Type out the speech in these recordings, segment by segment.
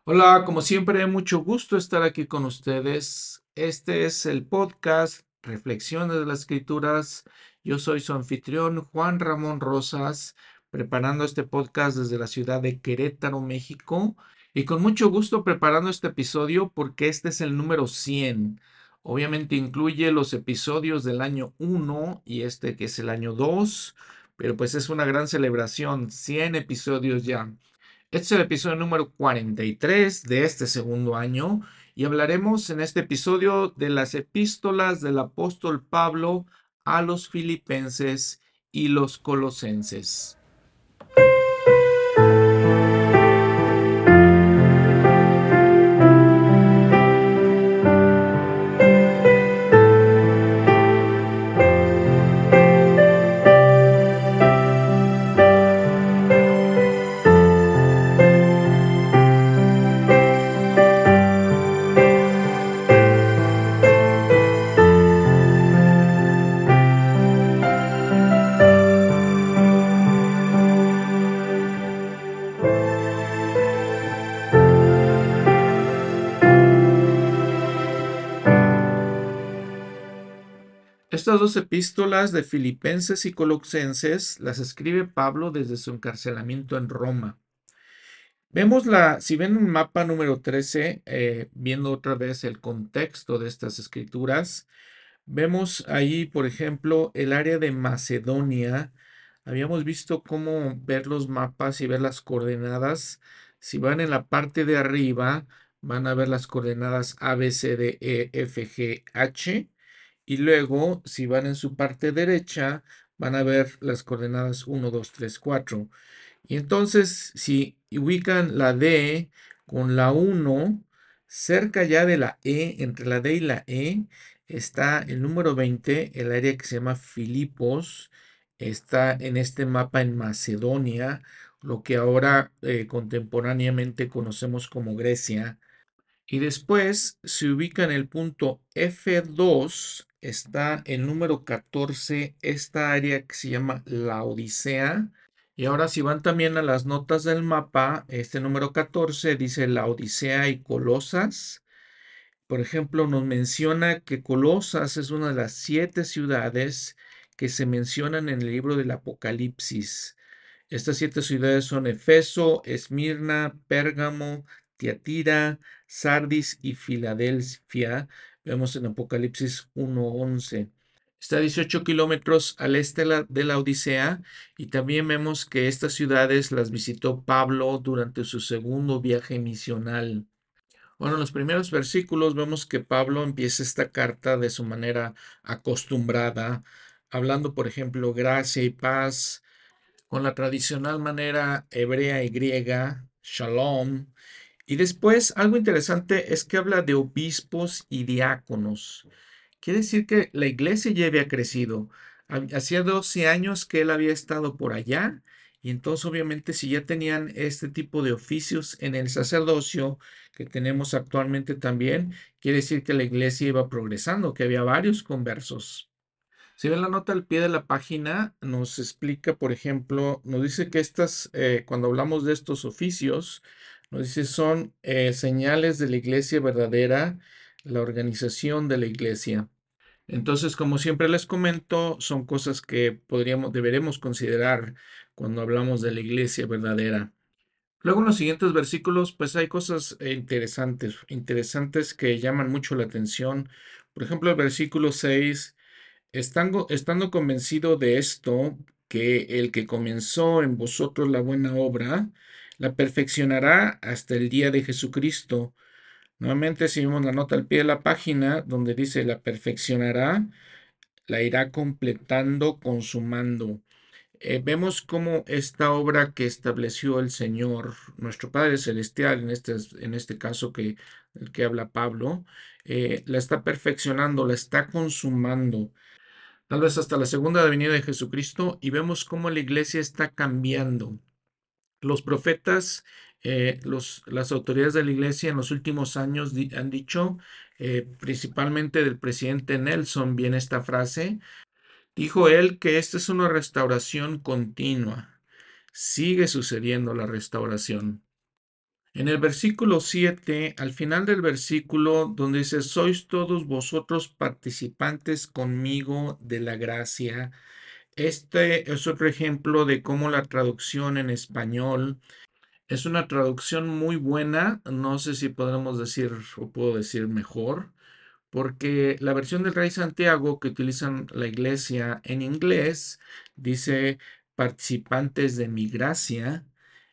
Hola, como siempre, mucho gusto estar aquí con ustedes. Este es el podcast Reflexiones de las Escrituras. Yo soy su anfitrión, Juan Ramón Rosas, preparando este podcast desde la ciudad de Querétaro, México, y con mucho gusto preparando este episodio porque este es el número 100. Obviamente incluye los episodios del año 1 y este que es el año 2, pero pues es una gran celebración, 100 episodios ya. Este es el episodio número 43 de este segundo año y hablaremos en este episodio de las epístolas del apóstol Pablo a los filipenses y los colosenses. Estas dos epístolas de Filipenses y Colosenses las escribe Pablo desde su encarcelamiento en Roma. Si ven un mapa número 13, viendo otra vez el contexto de estas escrituras, vemos ahí, por ejemplo, el área de Macedonia. Habíamos visto cómo ver los mapas y ver las coordenadas. Si van en la parte de arriba, van a ver las coordenadas A, B, C, D, E, F, G, H. Y luego, si van en su parte derecha, van a ver las coordenadas 1, 2, 3, 4. Y entonces, si ubican la D con la 1, cerca ya de la E, entre la D y la E, está el número 20, el área que se llama Filipos, está en este mapa en Macedonia, lo que ahora contemporáneamente conocemos como Grecia. Y después se ubica en el punto F2, está el número 14, esta área que se llama la Odisea. Y ahora si van también a las notas del mapa, este número 14 dice la Odisea y Colosas. Por ejemplo, nos menciona que Colosas es una de las 7 ciudades que se mencionan en el libro del Apocalipsis. Estas 7 ciudades son Efeso, Esmirna, Pérgamo, Tiatira, Sardis y Filadelfia. Vemos en Apocalipsis 1:11. Está a 18 kilómetros al este de la Odisea y también vemos que estas ciudades las visitó Pablo durante su segundo viaje misional. Bueno, en los primeros versículos vemos que Pablo empieza esta carta de su manera acostumbrada, hablando, por ejemplo, gracia y paz con la tradicional manera hebrea y griega, shalom. Y después, algo interesante es que habla de obispos y diáconos. Quiere decir que la iglesia ya había crecido. Hacía 12 años que él había estado por allá, y entonces obviamente si ya tenían este tipo de oficios en el sacerdocio que tenemos actualmente también, quiere decir que la iglesia iba progresando, que había varios conversos. Si ven la nota al pie de la página, nos explica, por ejemplo, nos dice que cuando hablamos de estos oficios, nos dice son señales de la iglesia verdadera, la organización de la iglesia. Entonces, como siempre les comento, son cosas que deberemos considerar cuando hablamos de la iglesia verdadera. Luego en los siguientes versículos, pues hay cosas interesantes que llaman mucho la atención. Por ejemplo, el versículo 6. Estando convencido de esto, que el que comenzó en vosotros la buena obra, la perfeccionará hasta el día de Jesucristo. Nuevamente, si vemos la nota al pie de la página, donde dice la perfeccionará, la irá completando, consumando. Vemos cómo esta obra que estableció el Señor, nuestro Padre Celestial, en este caso el que habla Pablo, la está perfeccionando, la está consumando tal vez hasta la segunda venida de Jesucristo, y vemos cómo la iglesia está cambiando. Los profetas, las autoridades de la iglesia en los últimos años han dicho, principalmente del presidente Nelson, viene esta frase, dijo él que esta es una restauración continua. Sigue sucediendo la restauración. En el versículo 7, al final del versículo, donde dice, sois todos vosotros participantes conmigo de la gracia. Este es otro ejemplo de cómo la traducción en español es una traducción muy buena. No sé si podremos decir o puedo decir mejor, porque la versión del Rey Santiago que utilizan la iglesia en inglés dice participantes de mi gracia.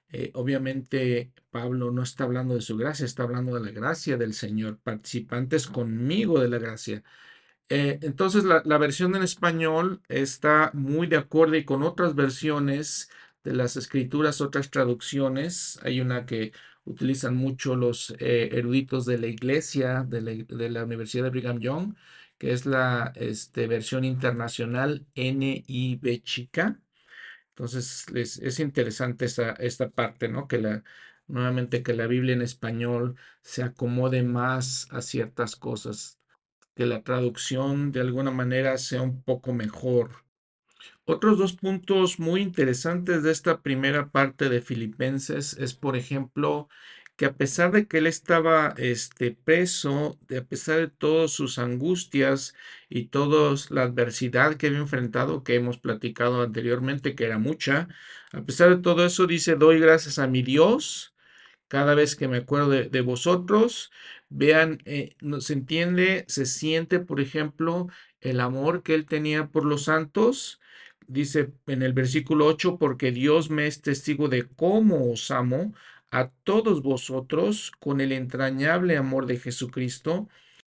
Obviamente Pablo no está hablando de su gracia, está hablando de la gracia del Señor, participantes conmigo de la gracia. Entonces la versión en español está muy de acuerdo y con otras versiones de las escrituras, otras traducciones. Hay una que utilizan mucho los eruditos de la iglesia, de la Universidad de Brigham Young, que es la versión internacional NIV chica. Entonces es interesante esta parte, ¿no? Nuevamente que la Biblia en español se acomode más a ciertas cosas, que la traducción de alguna manera sea un poco mejor. Otros dos puntos muy interesantes de esta primera parte de Filipenses es, por ejemplo, que a pesar de que él estaba preso, a pesar de todas sus angustias y toda la adversidad que había enfrentado, que hemos platicado anteriormente, que era mucha, a pesar de todo eso, dice, doy gracias a mi Dios cada vez que me acuerdo de vosotros. Vean, se entiende, se siente, por ejemplo, el amor que él tenía por los santos. Dice en el versículo 8, porque Dios me es testigo de cómo os amo a todos vosotros con el entrañable amor de Jesucristo.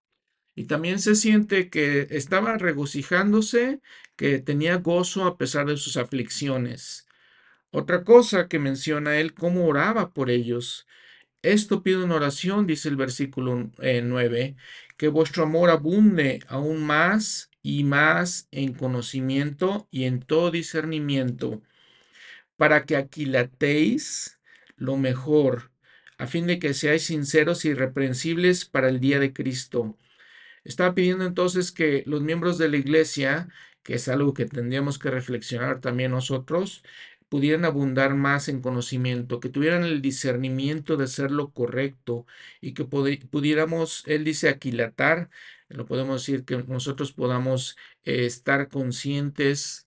Y también se siente que estaba regocijándose, que tenía gozo a pesar de sus aflicciones. Otra cosa que menciona él, cómo oraba por ellos. Esto pido en oración, dice el versículo 9, que vuestro amor abunde aún más y más en conocimiento y en todo discernimiento, para que aquilatéis lo mejor, a fin de que seáis sinceros y irreprensibles para el día de Cristo. Estaba pidiendo entonces que los miembros de la iglesia, que es algo que tendríamos que reflexionar también nosotros, pudieran abundar más en conocimiento, que tuvieran el discernimiento de hacer lo correcto y que pudiéramos, él dice, aquilatar, lo podemos decir, que nosotros podamos estar conscientes,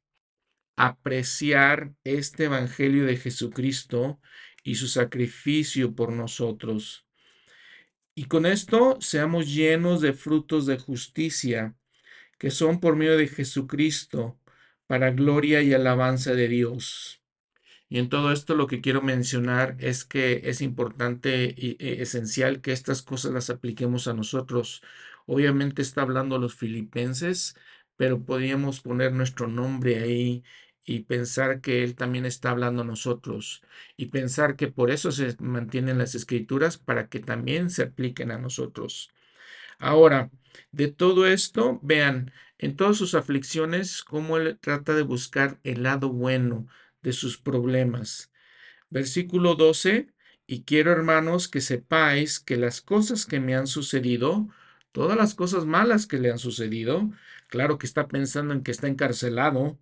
apreciar este Evangelio de Jesucristo y su sacrificio por nosotros. Y con esto seamos llenos de frutos de justicia que son por medio de Jesucristo, para gloria y alabanza de Dios. Y en todo esto lo que quiero mencionar es que es importante y esencial que estas cosas las apliquemos a nosotros. Obviamente está hablando a los filipenses, pero podríamos poner nuestro nombre ahí y pensar que Él también está hablando a nosotros y pensar que por eso se mantienen las escrituras para que también se apliquen a nosotros. Ahora, de todo esto, vean, en todas sus aflicciones, cómo él trata de buscar el lado bueno de sus problemas. Versículo 12, y quiero, hermanos, que sepáis que las cosas que me han sucedido, todas las cosas malas que le han sucedido, claro que está pensando en que está encarcelado,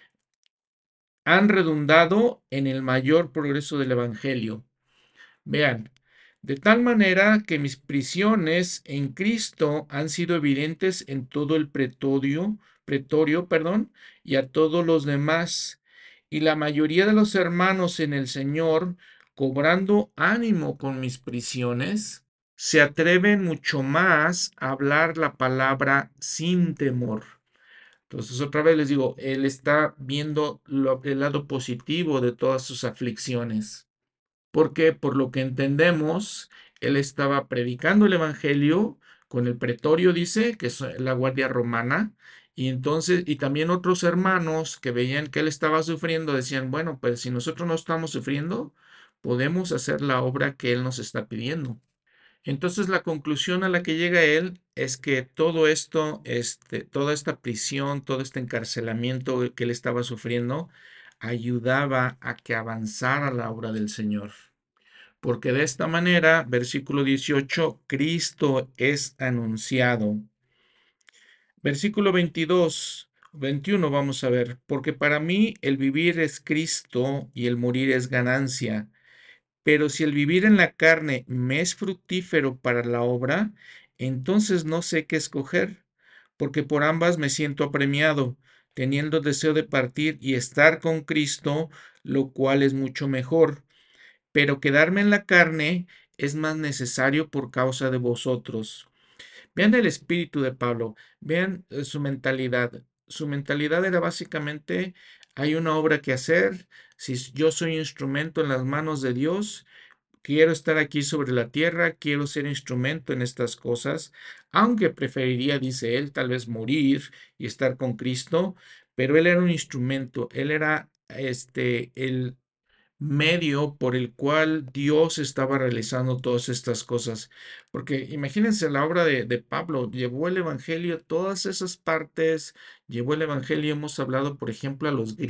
han redundado en el mayor progreso del Evangelio. Vean, de tal manera que mis prisiones en Cristo han sido evidentes en todo el pretorio, perdón, y a todos los demás, y la mayoría de los hermanos en el Señor, cobrando ánimo con mis prisiones, se atreven mucho más a hablar la palabra sin temor. Entonces, otra vez les digo, él está viendo el lado positivo de todas sus aflicciones, porque por lo que entendemos, él estaba predicando el evangelio con el pretorio, dice, que es la guardia romana, y entonces, y también otros hermanos que veían que él estaba sufriendo, decían, bueno, pues si nosotros no estamos sufriendo, podemos hacer la obra que él nos está pidiendo. Entonces la conclusión a la que llega él es que todo esto, toda esta prisión, todo este encarcelamiento que él estaba sufriendo, ayudaba a que avanzara la obra del Señor. Porque de esta manera, versículo 18, Cristo es anunciado. Versículo 22, 21, vamos a ver, porque para mí el vivir es Cristo y el morir es ganancia. Pero si el vivir en la carne me es fructífero para la obra, entonces no sé qué escoger, porque por ambas me siento apremiado, teniendo deseo de partir y estar con Cristo, lo cual es mucho mejor. Pero quedarme en la carne es más necesario por causa de vosotros. Vean el espíritu de Pablo, vean su mentalidad. Su mentalidad era básicamente, hay una obra que hacer, si yo soy instrumento en las manos de Dios, quiero estar aquí sobre la tierra, quiero ser instrumento en estas cosas, aunque preferiría, dice él, tal vez morir y estar con Cristo, pero él era un instrumento, él era el medio por el cual Dios estaba realizando todas estas cosas. Porque imagínense la obra de Pablo, llevó el Evangelio a todas esas partes, llevó el Evangelio, hemos hablado, por ejemplo, a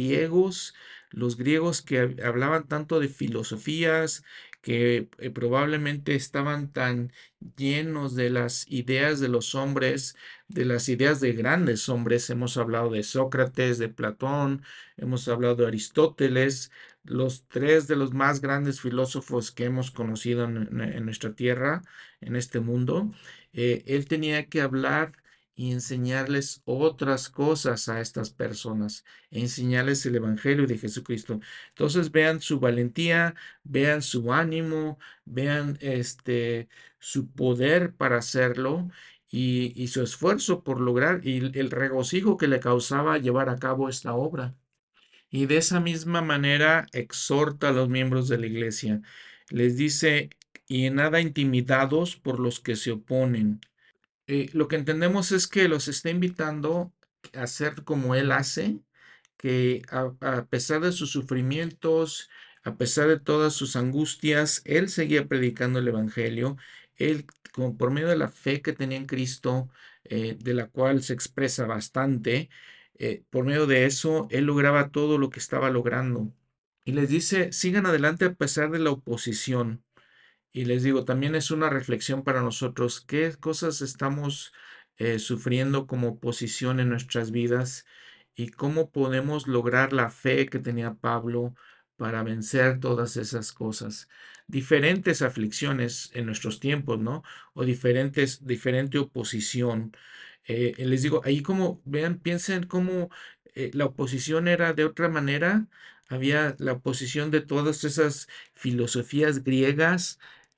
los griegos que hablaban tanto de filosofías, que probablemente estaban tan llenos de las ideas de los hombres, de las ideas de grandes hombres. Hemos hablado de Sócrates, de Platón, hemos hablado de Aristóteles, los tres de los más grandes filósofos que hemos conocido en nuestra tierra, en este mundo. Él tenía que hablar y enseñarles otras cosas a estas personas, enseñarles el Evangelio de Jesucristo. Entonces vean su valentía, vean su ánimo, vean su poder para hacerlo y su esfuerzo por lograr y el regocijo que le causaba llevar a cabo esta obra. Y de esa misma manera exhorta a los miembros de la iglesia. Les dice, y en nada intimidados por los que se oponen. Lo que entendemos es que los está invitando a hacer como Él hace, que a pesar de sus sufrimientos, a pesar de todas sus angustias, Él seguía predicando el Evangelio. Él, por medio de la fe que tenía en Cristo, de la cual se expresa bastante, por medio de eso, Él lograba todo lo que estaba logrando. Y les dice, sigan adelante a pesar de la oposición. Y les digo, también es una reflexión para nosotros, qué cosas estamos sufriendo como oposición en nuestras vidas y cómo podemos lograr la fe que tenía Pablo para vencer todas esas cosas. Diferentes aflicciones en nuestros tiempos, ¿no? O diferente oposición. Les digo, ahí como, vean, piensen cómo la oposición era de otra manera. Había la oposición de todas esas filosofías griegas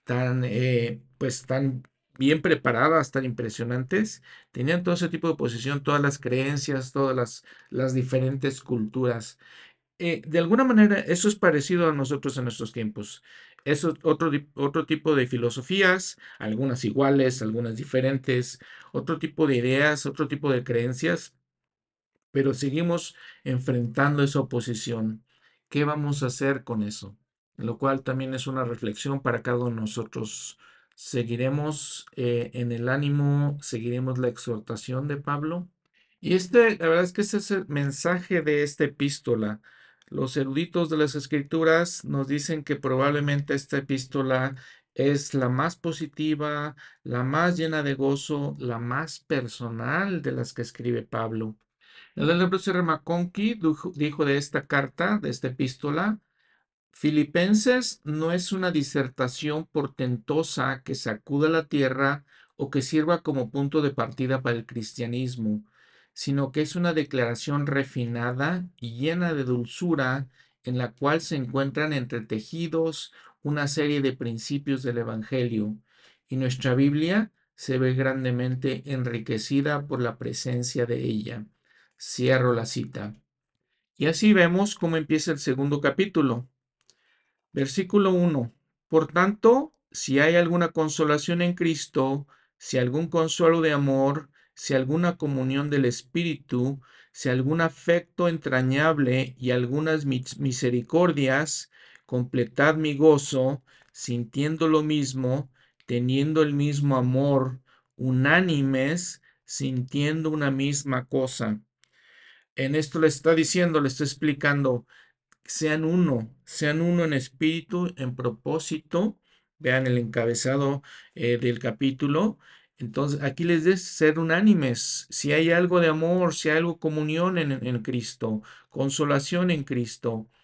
pues tan bien preparadas, tan impresionantes, tenían todo ese tipo de oposición, todas las creencias, todas las diferentes culturas. De alguna manera, eso es parecido a nosotros en nuestros tiempos. Eso es otro tipo de filosofías, algunas iguales, algunas diferentes, otro tipo de ideas, otro tipo de creencias, pero seguimos enfrentando esa oposición. ¿Qué vamos a hacer con eso? Lo cual también es una reflexión para cada uno de nosotros. ¿Seguiremos en el ánimo? ¿Seguiremos la exhortación de Pablo? Y la verdad es que ese es el mensaje de esta epístola. Los eruditos de las escrituras nos dicen que probablemente esta epístola es la más positiva, la más llena de gozo, la más personal de las que escribe Pablo. El célebre R. McConkie dijo de esta carta, de esta epístola: Filipenses no es una disertación portentosa que sacuda la tierra o que sirva como punto de partida para el cristianismo, sino que es una declaración refinada y llena de dulzura en la cual se encuentran entretejidos una serie de principios del Evangelio, y nuestra Biblia se ve grandemente enriquecida por la presencia de ella. Cierro la cita. Y así vemos cómo empieza el segundo capítulo. Versículo 1. Por tanto, si hay alguna consolación en Cristo, si algún consuelo de amor, si alguna comunión del Espíritu, si algún afecto entrañable y algunas misericordias, completad mi gozo, sintiendo lo mismo, teniendo el mismo amor, unánimes, sintiendo una misma cosa. En esto le está diciendo, le está explicando: sean uno en espíritu, en propósito. Vean el encabezado del capítulo. Entonces, aquí les dice ser unánimes. Si hay algo de amor, si hay algo de comunión en Cristo, consolación en Cristo.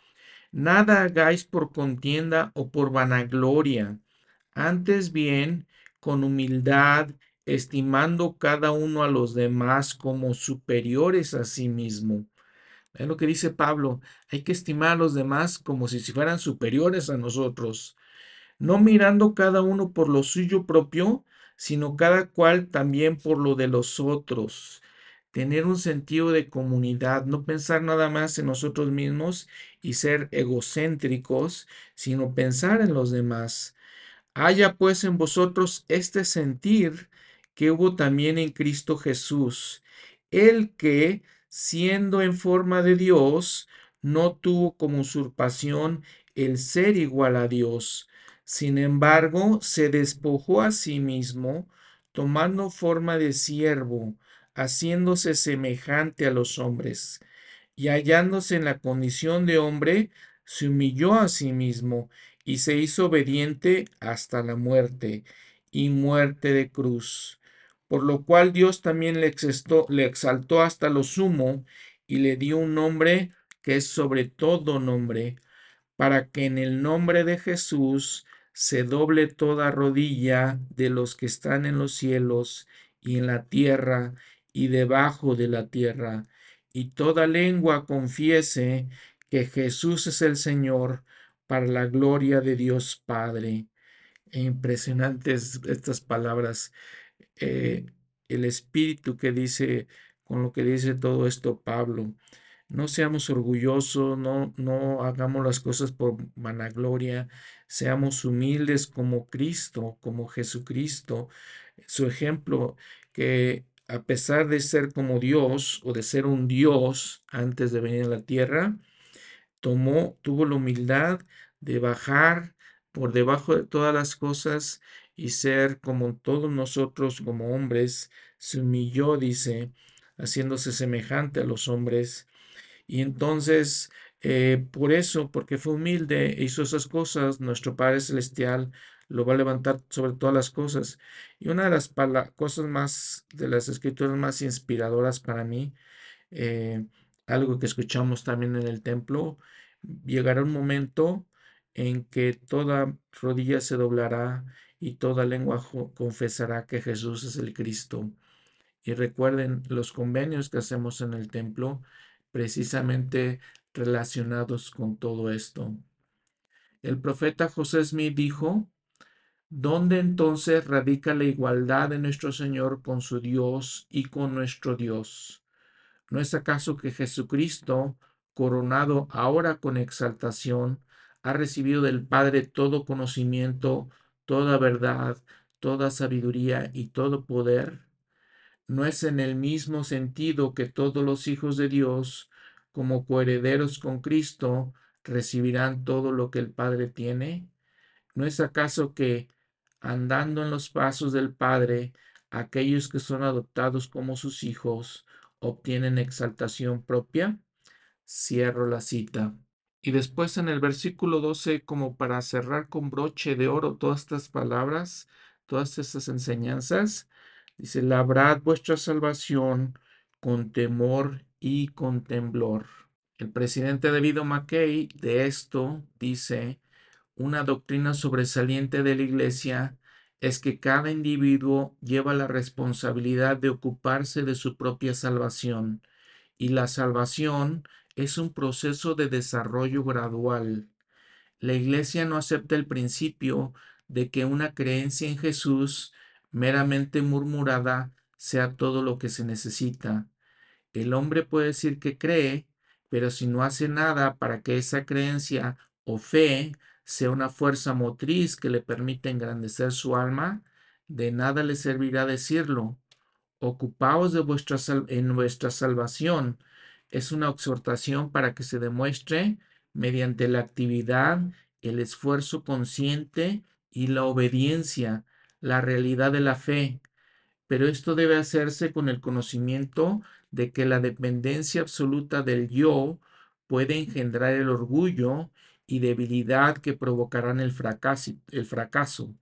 Nada hagáis por contienda o por vanagloria, antes bien con humildad, estimando cada uno a los demás como superiores a sí mismo. Es lo que dice Pablo, hay que estimar a los demás como si fueran superiores a nosotros, no mirando cada uno por lo suyo propio, sino cada cual también por lo de los otros. Tener un sentido de comunidad, no pensar nada más en nosotros mismos y ser egocéntricos, sino pensar en los demás. Haya pues en vosotros este sentir que hubo también en Cristo Jesús, el que, siendo en forma de Dios, no tuvo como usurpación el ser igual a Dios. Sin embargo, se despojó a sí mismo, tomando forma de siervo, haciéndose semejante a los hombres, y hallándose en la condición de hombre, se humilló a sí mismo y se hizo obediente hasta la muerte y muerte de cruz. Por lo cual Dios también le exaltó hasta lo sumo y le dio un nombre que es sobre todo nombre, para que en el nombre de Jesús se doble toda rodilla de los que están en los cielos y en la tierra y debajo de la tierra, y toda lengua confiese que Jesús es el Señor, para la gloria de Dios Padre. Impresionantes estas palabras. eh, el espíritu que dice, con lo que dice todo esto Pablo. No seamos orgullosos, no hagamos las cosas por vanagloria, seamos humildes como Cristo, como Jesucristo. Su ejemplo, que a pesar de ser como Dios o de ser un Dios antes de venir a la tierra, tuvo la humildad de bajar por debajo de todas las cosas y ser como todos nosotros como hombres, se humilló, dice, haciéndose semejante a los hombres. Y entonces, por eso, porque fue humilde, e hizo esas cosas, nuestro Padre Celestial lo va a levantar sobre todas las cosas. Y una de las cosas más, de las escrituras más inspiradoras para mí, eh, algo que escuchamos también en el templo, llegará un momento en que toda rodilla se doblará y toda lengua confesará que Jesús es el Cristo. Y recuerden los convenios que hacemos en el templo, precisamente relacionados con todo esto. El profeta José Smith dijo, ¿dónde entonces radica la igualdad de nuestro Señor con su Dios y con nuestro Dios? ¿No es acaso que Jesucristo, coronado ahora con exaltación, ha recibido del Padre todo conocimiento, toda verdad, toda sabiduría y todo poder? ¿No es en el mismo sentido que todos los hijos de Dios, como coherederos con Cristo, recibirán todo lo que el Padre tiene? ¿No es acaso que, andando en los pasos del Padre, aquellos que son adoptados como sus hijos obtienen exaltación propia? Cierro la cita. Y después en el versículo 12, como para cerrar con broche de oro todas estas palabras, todas estas enseñanzas, dice, labrad vuestra salvación con temor y con temblor. El presidente David McKay de esto dice, una doctrina sobresaliente de la Iglesia es que cada individuo lleva la responsabilidad de ocuparse de su propia salvación, y la salvación es un proceso de desarrollo gradual. La Iglesia no acepta el principio de que una creencia en Jesús meramente murmurada sea todo lo que se necesita. El hombre puede decir que cree, pero si no hace nada para que esa creencia o fe sea una fuerza motriz que le permita engrandecer su alma, de nada le servirá decirlo. Ocupaos de en vuestra salvación. Es una exhortación para que se demuestre mediante la actividad, el esfuerzo consciente y la obediencia, la realidad de la fe, pero esto debe hacerse con el conocimiento de que la dependencia absoluta del yo puede engendrar el orgullo y debilidad que provocarán el fracaso.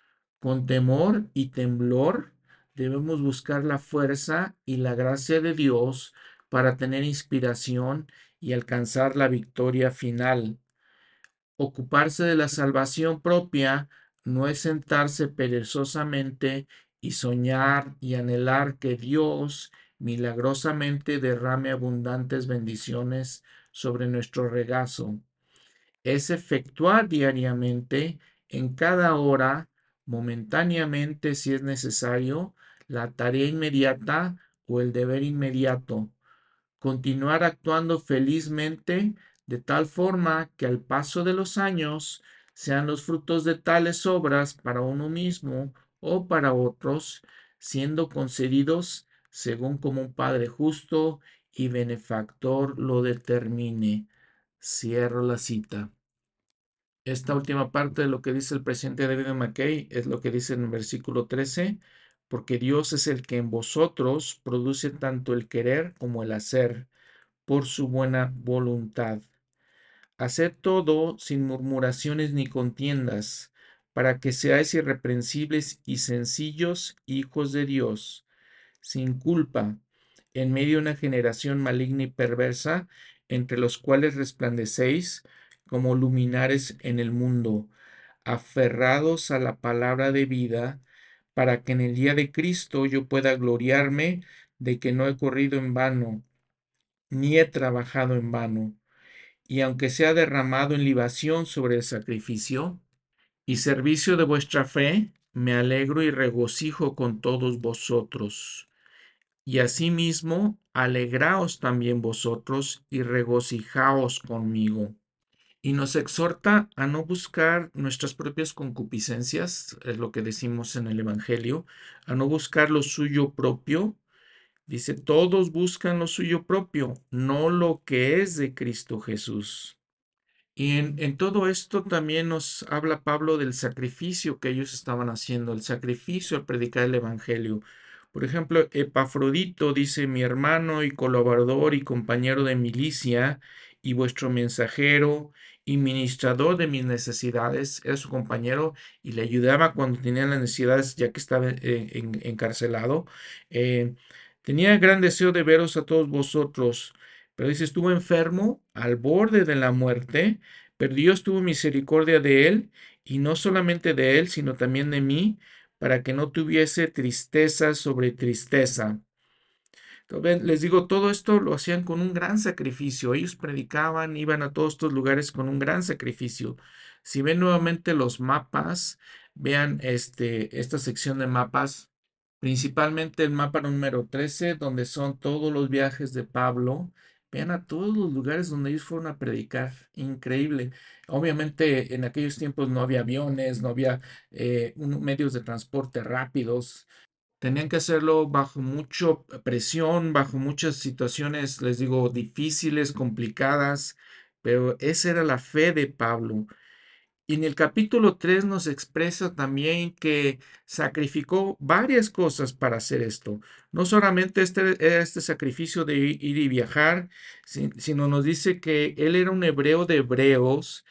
Con temor y temblor debemos buscar la fuerza y la gracia de Dios para tener inspiración y alcanzar la victoria final. Ocuparse de la salvación propia no es sentarse perezosamente y soñar y anhelar que Dios milagrosamente derrame abundantes bendiciones sobre nuestro regazo. Es efectuar diariamente, en cada hora, momentáneamente si es necesario, la tarea inmediata o el deber inmediato, continuar actuando felizmente de tal forma que al paso de los años sean los frutos de tales obras para uno mismo o para otros, siendo concedidos según como un Padre justo y benefactor lo determine. Cierro la cita. Esta última parte de lo que dice el presidente David McKay es lo que dice en el versículo 13, porque Dios es el que en vosotros produce tanto el querer como el hacer por su buena voluntad. Haced todo sin murmuraciones ni contiendas, para que seáis irreprensibles y sencillos hijos de Dios, sin culpa, en medio de una generación maligna y perversa, entre los cuales resplandecéis como luminares en el mundo, aferrados a la palabra de vida, para que en el día de Cristo yo pueda gloriarme de que no he corrido en vano, ni he trabajado en vano, y aunque sea derramado en libación sobre el sacrificio y servicio de vuestra fe, me alegro y regocijo con todos vosotros. Y asimismo, alegraos también vosotros y regocijaos conmigo. Y nos exhorta a no buscar nuestras propias concupiscencias, es lo que decimos en el Evangelio, a no buscar lo suyo propio. Dice, todos buscan lo suyo propio, no lo que es de Cristo Jesús. Y en todo esto también nos habla Pablo del sacrificio que ellos estaban haciendo, el sacrificio al predicar el Evangelio. Por ejemplo, Epafrodito dice, mi hermano y colaborador y compañero de milicia y vuestro mensajero y ministrador de mis necesidades, era su compañero y le ayudaba cuando tenía las necesidades ya que estaba encarcelado. Eh, Tenía gran deseo de veros a todos vosotros, pero dice, estuvo enfermo al borde de la muerte, pero Dios tuvo misericordia de él, y no solamente de él, sino también de mí, para que no tuviese tristeza sobre tristeza. Entonces, les digo, todo esto lo hacían con un gran sacrificio. Ellos predicaban, iban a todos estos lugares con un gran sacrificio. Si ven nuevamente los mapas, vean esta sección de mapas, principalmente el mapa número 13, donde son todos los viajes de Pablo. Vean a todos los lugares donde ellos fueron a predicar. Increíble. Obviamente en aquellos tiempos no había aviones, no había medios de transporte rápidos. Tenían que hacerlo bajo mucha presión, bajo muchas situaciones, les digo, difíciles, complicadas, pero esa era la fe de Pablo. Y en el capítulo 3 nos expresa también que sacrificó varias cosas para hacer esto. No solamente era este sacrificio de ir y viajar, sino nos dice que él era un hebreo de hebreos,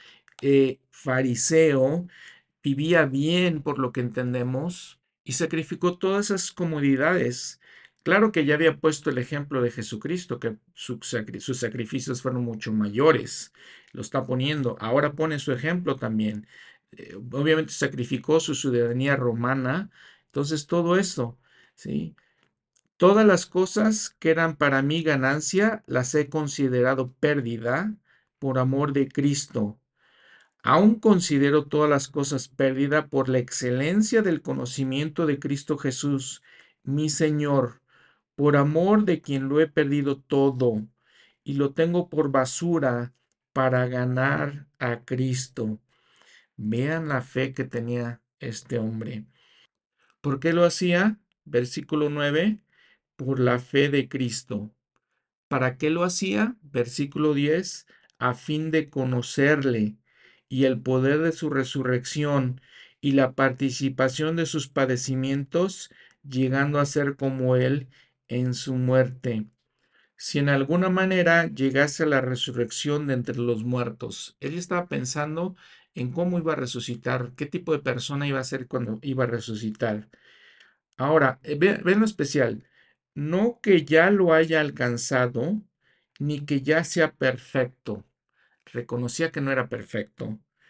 fariseo, vivía bien por lo que entendemos y sacrificó todas esas comodidades. Claro que ya había puesto el ejemplo de Jesucristo, que sus sacrificios fueron mucho mayores. Lo está poniendo. Ahora pone su ejemplo también. Obviamente sacrificó su ciudadanía romana. Entonces todo esto, ¿sí? Todas las cosas que eran para mí ganancia, las he considerado pérdida por amor de Cristo. Aún considero todas las cosas pérdida por la excelencia del conocimiento de Cristo Jesús, mi Señor, por amor de quien lo he perdido todo y lo tengo por basura para ganar a Cristo. Vean la fe que tenía este hombre. ¿Por qué lo hacía? Versículo 9, por la fe de Cristo. ¿Para qué lo hacía? Versículo 10, a fin de conocerle y el poder de su resurrección y la participación de sus padecimientos, llegando a ser como él en su muerte. Si en alguna manera llegase a la resurrección de entre los muertos, él estaba pensando en cómo iba a resucitar, qué tipo de persona iba a ser cuando iba a resucitar. Ahora, ven lo especial, no que ya lo haya alcanzado, ni que ya sea perfecto. Reconocía que no era perfecto,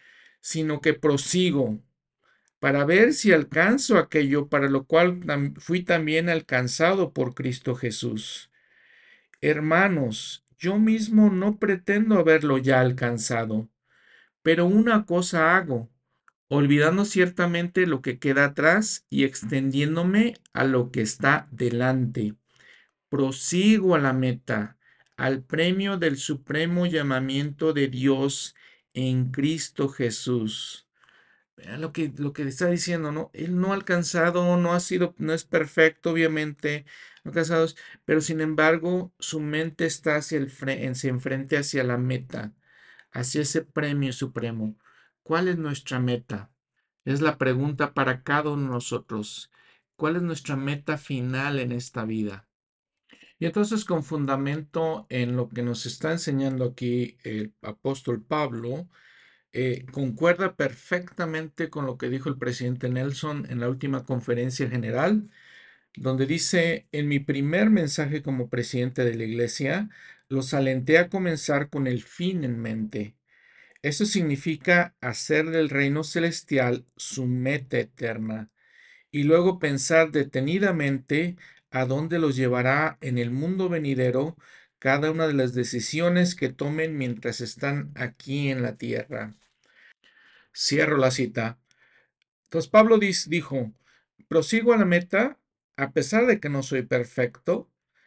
sino que prosigo para ver si alcanzo aquello para lo cual fui también alcanzado por Cristo Jesús. Hermanos, yo mismo no pretendo haberlo ya alcanzado, pero una cosa hago, olvidando ciertamente lo que queda atrás y extendiéndome a lo que está delante. Prosigo a la meta, al premio del supremo llamamiento de Dios en Cristo Jesús. Vean lo que está diciendo, ¿no? Él no ha alcanzado, no ha sido, no es perfecto, obviamente, no ha alcanzado, pero sin embargo, su mente está se enfrente hacia la meta, hacia ese premio supremo. ¿Cuál es nuestra meta? Es la pregunta para cada uno de nosotros. ¿Cuál es nuestra meta final en esta vida? Y entonces, con fundamento en lo que nos está enseñando aquí el apóstol Pablo, concuerda perfectamente con lo que dijo el presidente Nelson en la última conferencia general, donde dice, en mi primer mensaje como presidente de la iglesia, los alenté a comenzar con el fin en mente. Eso significa hacer del reino celestial su meta eterna y luego pensar detenidamente a dónde los llevará en el mundo venidero cada una de las decisiones que tomen mientras están aquí en la tierra. Cierro la cita. Entonces Pablo dijo, prosigo a la meta a pesar de que no soy perfecto.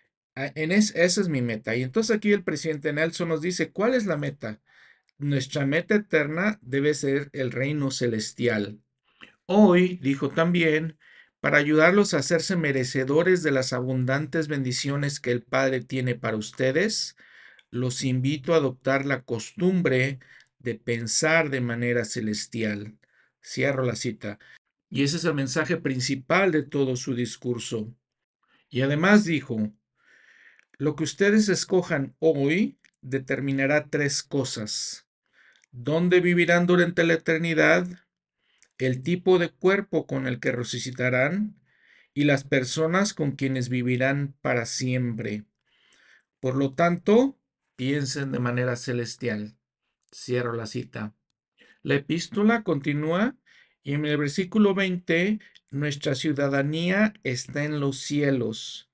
Esa es mi meta. Y entonces aquí el presidente Nelson nos dice, ¿cuál es la meta? Nuestra meta eterna debe ser el reino celestial. Hoy, dijo también, para ayudarlos a hacerse merecedores de las abundantes bendiciones que el Padre tiene para ustedes, los invito a adoptar la costumbre de pensar de manera celestial. Cierro la cita. Y ese es el mensaje principal de todo su discurso. Y además dijo, lo que ustedes escojan hoy determinará tres cosas: dónde vivirán durante la eternidad, el tipo de cuerpo con el que resucitarán y las personas con quienes vivirán para siempre. Por lo tanto, piensen de manera celestial. Cierro la cita. La epístola continúa y en el versículo 20, nuestra ciudadanía está en los cielos,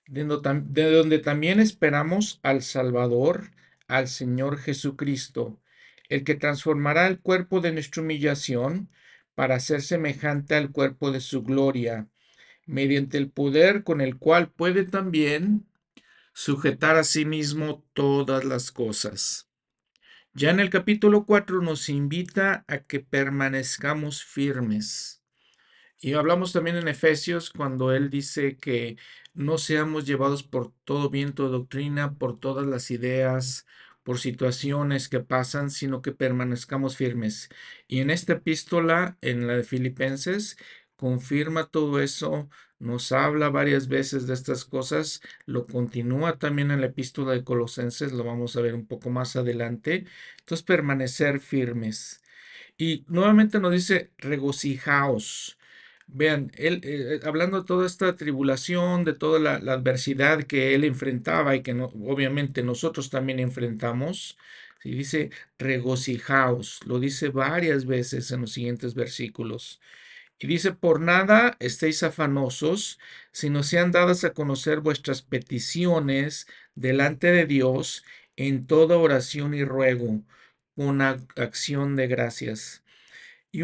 de donde también esperamos al Salvador, al Señor Jesucristo, el que transformará el cuerpo de nuestra humillación para ser semejante al cuerpo de su gloria, mediante el poder con el cual puede también sujetar a sí mismo todas las cosas. Ya en el capítulo 4 nos invita a que permanezcamos firmes. Y hablamos también en Efesios cuando él dice que no seamos llevados por todo viento de doctrina, por todas las ideas, por situaciones que pasan, sino que permanezcamos firmes. Y en esta epístola, en la de Filipenses, confirma todo eso, nos habla varias veces de estas cosas, lo continúa también en la epístola de Colosenses, lo vamos a ver un poco más adelante. Entonces, permanecer firmes. Y nuevamente nos dice, regocijaos. Vean, él, hablando de toda esta tribulación, de toda la adversidad que él enfrentaba y que obviamente nosotros también enfrentamos, y dice, regocijaos, lo dice varias veces en los siguientes versículos. Y dice, por nada estéis afanosos, sino sean dadas a conocer vuestras peticiones delante de Dios en toda oración y ruego, con acción de gracias. Y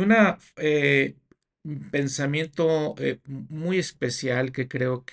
un pensamiento muy especial que creo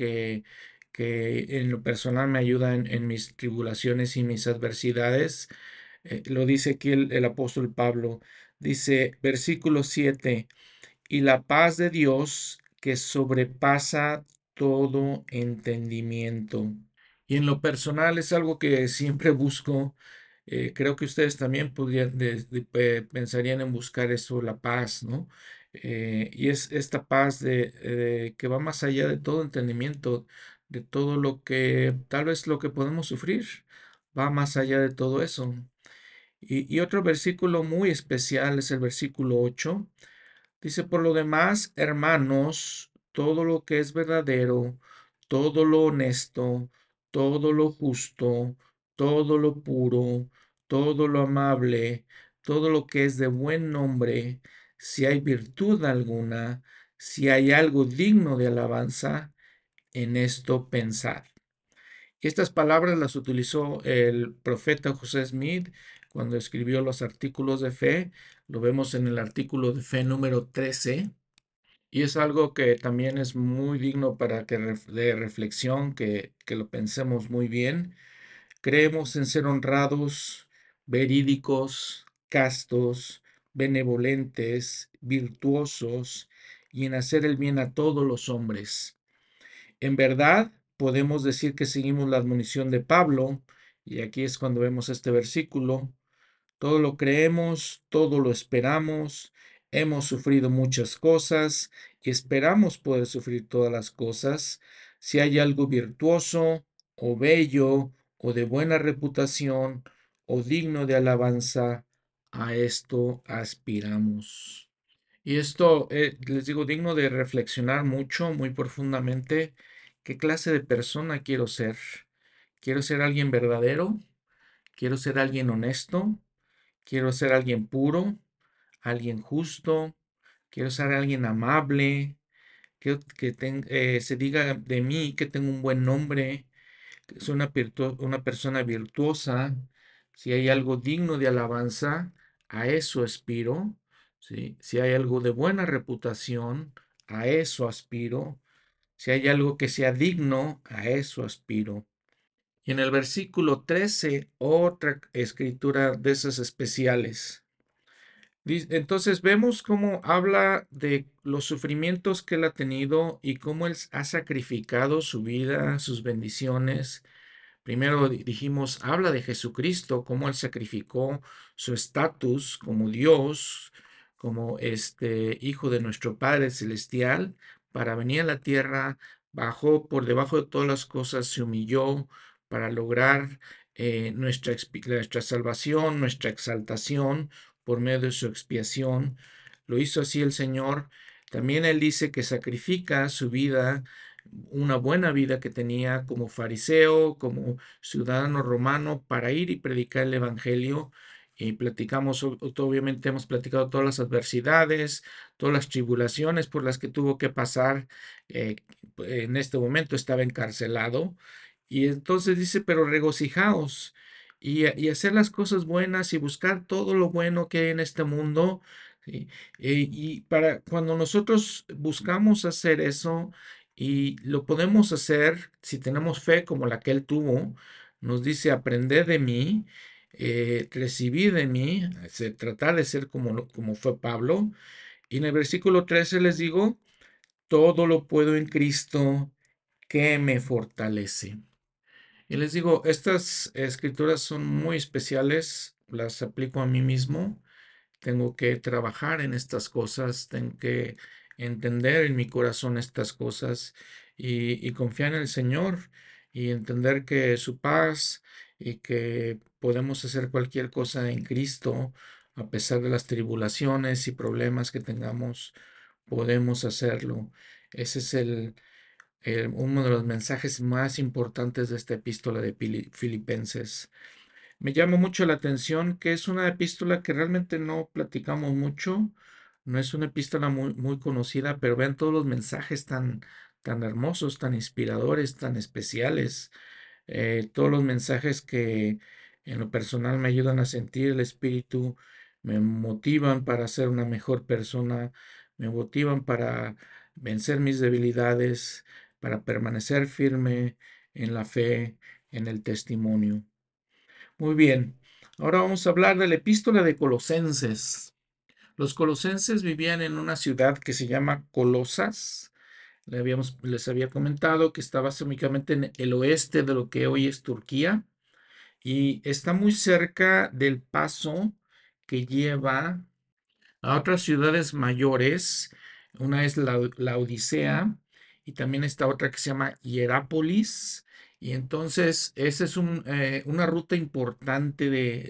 que en lo personal me ayuda en mis tribulaciones y mis adversidades, lo dice aquí el apóstol Pablo. Dice, versículo 7, y la paz de Dios que sobrepasa todo entendimiento. Y en lo personal es algo que siempre busco. Creo que ustedes también podrían, pensarían en buscar eso, la paz, ¿no? Y es esta paz que va más allá de todo entendimiento, de todo lo que, tal vez lo que podemos sufrir, va más allá de todo eso. Y otro versículo muy especial es el versículo 8. Dice, por lo demás, hermanos, todo lo que es verdadero, todo lo honesto, todo lo justo, todo lo puro, todo lo amable, todo lo que es de buen nombre, si hay virtud alguna, si hay algo digno de alabanza, en esto pensad. Y estas palabras las utilizó el profeta José Smith cuando escribió los artículos de fe. Lo vemos en el artículo de fe número 13. Y es algo que también es muy digno para que de reflexión, que lo pensemos muy bien. Creemos en ser honrados, verídicos, castos, benevolentes, virtuosos y en hacer el bien a todos los hombres. En verdad, podemos decir que seguimos la admonición de Pablo, y aquí es cuando vemos este versículo. Todo lo creemos, todo lo esperamos, hemos sufrido muchas cosas y esperamos poder sufrir todas las cosas. Si hay algo virtuoso o bello o de buena reputación o digno de alabanza, a esto aspiramos. Y esto, les digo, digno de reflexionar mucho, muy profundamente, qué clase de persona quiero ser. ¿Quiero ser alguien verdadero? ¿Quiero ser alguien honesto? Quiero ser alguien puro, alguien justo, quiero ser alguien amable, quiero que se diga de mí que tengo un buen nombre, que soy una persona virtuosa. Si hay algo digno de alabanza, a eso aspiro. ¿Sí? Si hay algo de buena reputación, a eso aspiro. Si hay algo que sea digno, a eso aspiro. Y en el versículo 13, otra escritura de esas especiales. Entonces vemos cómo habla de los sufrimientos que él ha tenido y cómo él ha sacrificado su vida, sus bendiciones. Primero dijimos, habla de Jesucristo, cómo él sacrificó su estatus como Dios, como este hijo de nuestro Padre celestial, para venir a la tierra, bajó por debajo de todas las cosas, se humilló para lograr nuestra salvación, nuestra exaltación por medio de su expiación. Lo hizo así el Señor. También él dice que sacrifica su vida, una buena vida que tenía como fariseo, como ciudadano romano, para ir y predicar el Evangelio. Y platicamos, obviamente hemos platicado todas las adversidades, todas las tribulaciones por las que tuvo que pasar. eh, en este momento estaba encarcelado. Y entonces dice, pero regocijaos y hacer las cosas buenas y buscar todo lo bueno que hay en este mundo. ¿Sí? Y para cuando nosotros buscamos hacer eso, y lo podemos hacer si tenemos fe como la que él tuvo. Nos dice, aprended de mí, recibid de mí, tratar de ser como fue Pablo. Y en el versículo 13 les digo, todo lo puedo en Cristo que me fortalece. Y les digo, estas escrituras son muy especiales, las aplico a mí mismo. Tengo que trabajar en estas cosas, tengo que entender en mi corazón estas cosas y confiar en el Señor y entender que su paz y que podemos hacer cualquier cosa en Cristo a pesar de las tribulaciones y problemas que tengamos, podemos hacerlo. Ese es uno de los mensajes más importantes de esta epístola de Filipenses. Me llama mucho la atención que es una epístola que realmente no platicamos mucho, no es una epístola muy conocida, pero vean todos los mensajes tan hermosos, tan inspiradores, tan especiales, todos los mensajes que en lo personal me ayudan a sentir el espíritu, me motivan para ser una mejor persona, me motivan para vencer mis debilidades, para permanecer firme en la fe, en el testimonio. Muy bien, ahora vamos a hablar de la epístola de Colosenses. Los colosenses vivían en una ciudad que se llama Colosas. Les había comentado que estaba únicamente en el oeste de lo que hoy es Turquía y está muy cerca del paso que lleva a otras ciudades mayores. Una es la Odisea y también está otra que se llama Hierápolis. Y entonces esa es una ruta importante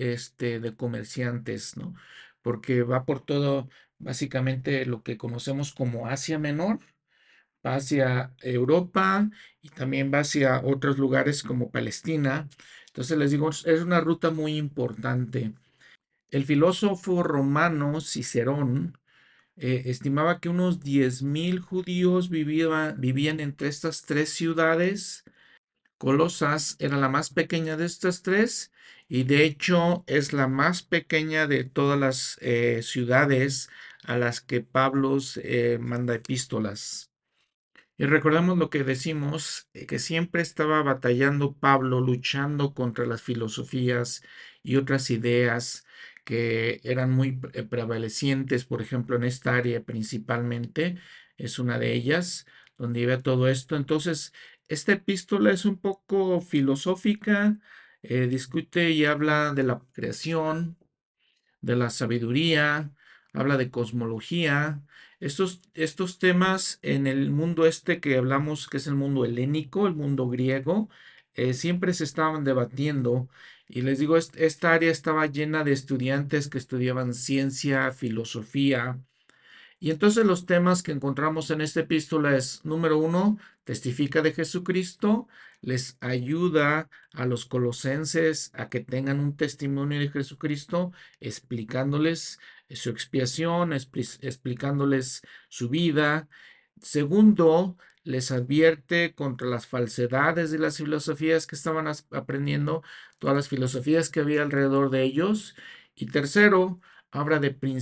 de comerciantes, ¿no? Porque va por todo, básicamente lo que conocemos como Asia Menor, va hacia Europa y también va hacia otros lugares como Palestina. Entonces les digo, es una ruta muy importante. El filósofo romano Cicerón estimaba que unos 10.000 judíos vivían entre estas tres ciudades. Colosas era la más pequeña de estas tres y de hecho es la más pequeña de todas las ciudades a las que Pablo manda epístolas. Y recordamos lo que decimos, que siempre estaba batallando Pablo, luchando contra las filosofías y otras ideas que eran muy prevalecientes, por ejemplo, en esta área principalmente, es una de ellas, donde iba todo esto. Entonces, esta epístola es un poco filosófica, discute y habla de la creación, de la sabiduría, habla de cosmología. Estos temas en el mundo este que hablamos, que es el mundo helénico, el mundo griego, siempre se estaban debatiendo. Y les digo, esta área estaba llena de estudiantes que estudiaban ciencia, filosofía, y entonces los temas que encontramos en esta epístola es, número uno, testifica de Jesucristo, les ayuda a los colosenses a que tengan un testimonio de Jesucristo, explicándoles su expiación, explicándoles su vida. Segundo, les advierte contra las falsedades de las filosofías que estaban aprendiendo, todas las filosofías que había alrededor de ellos. Y tercero, habla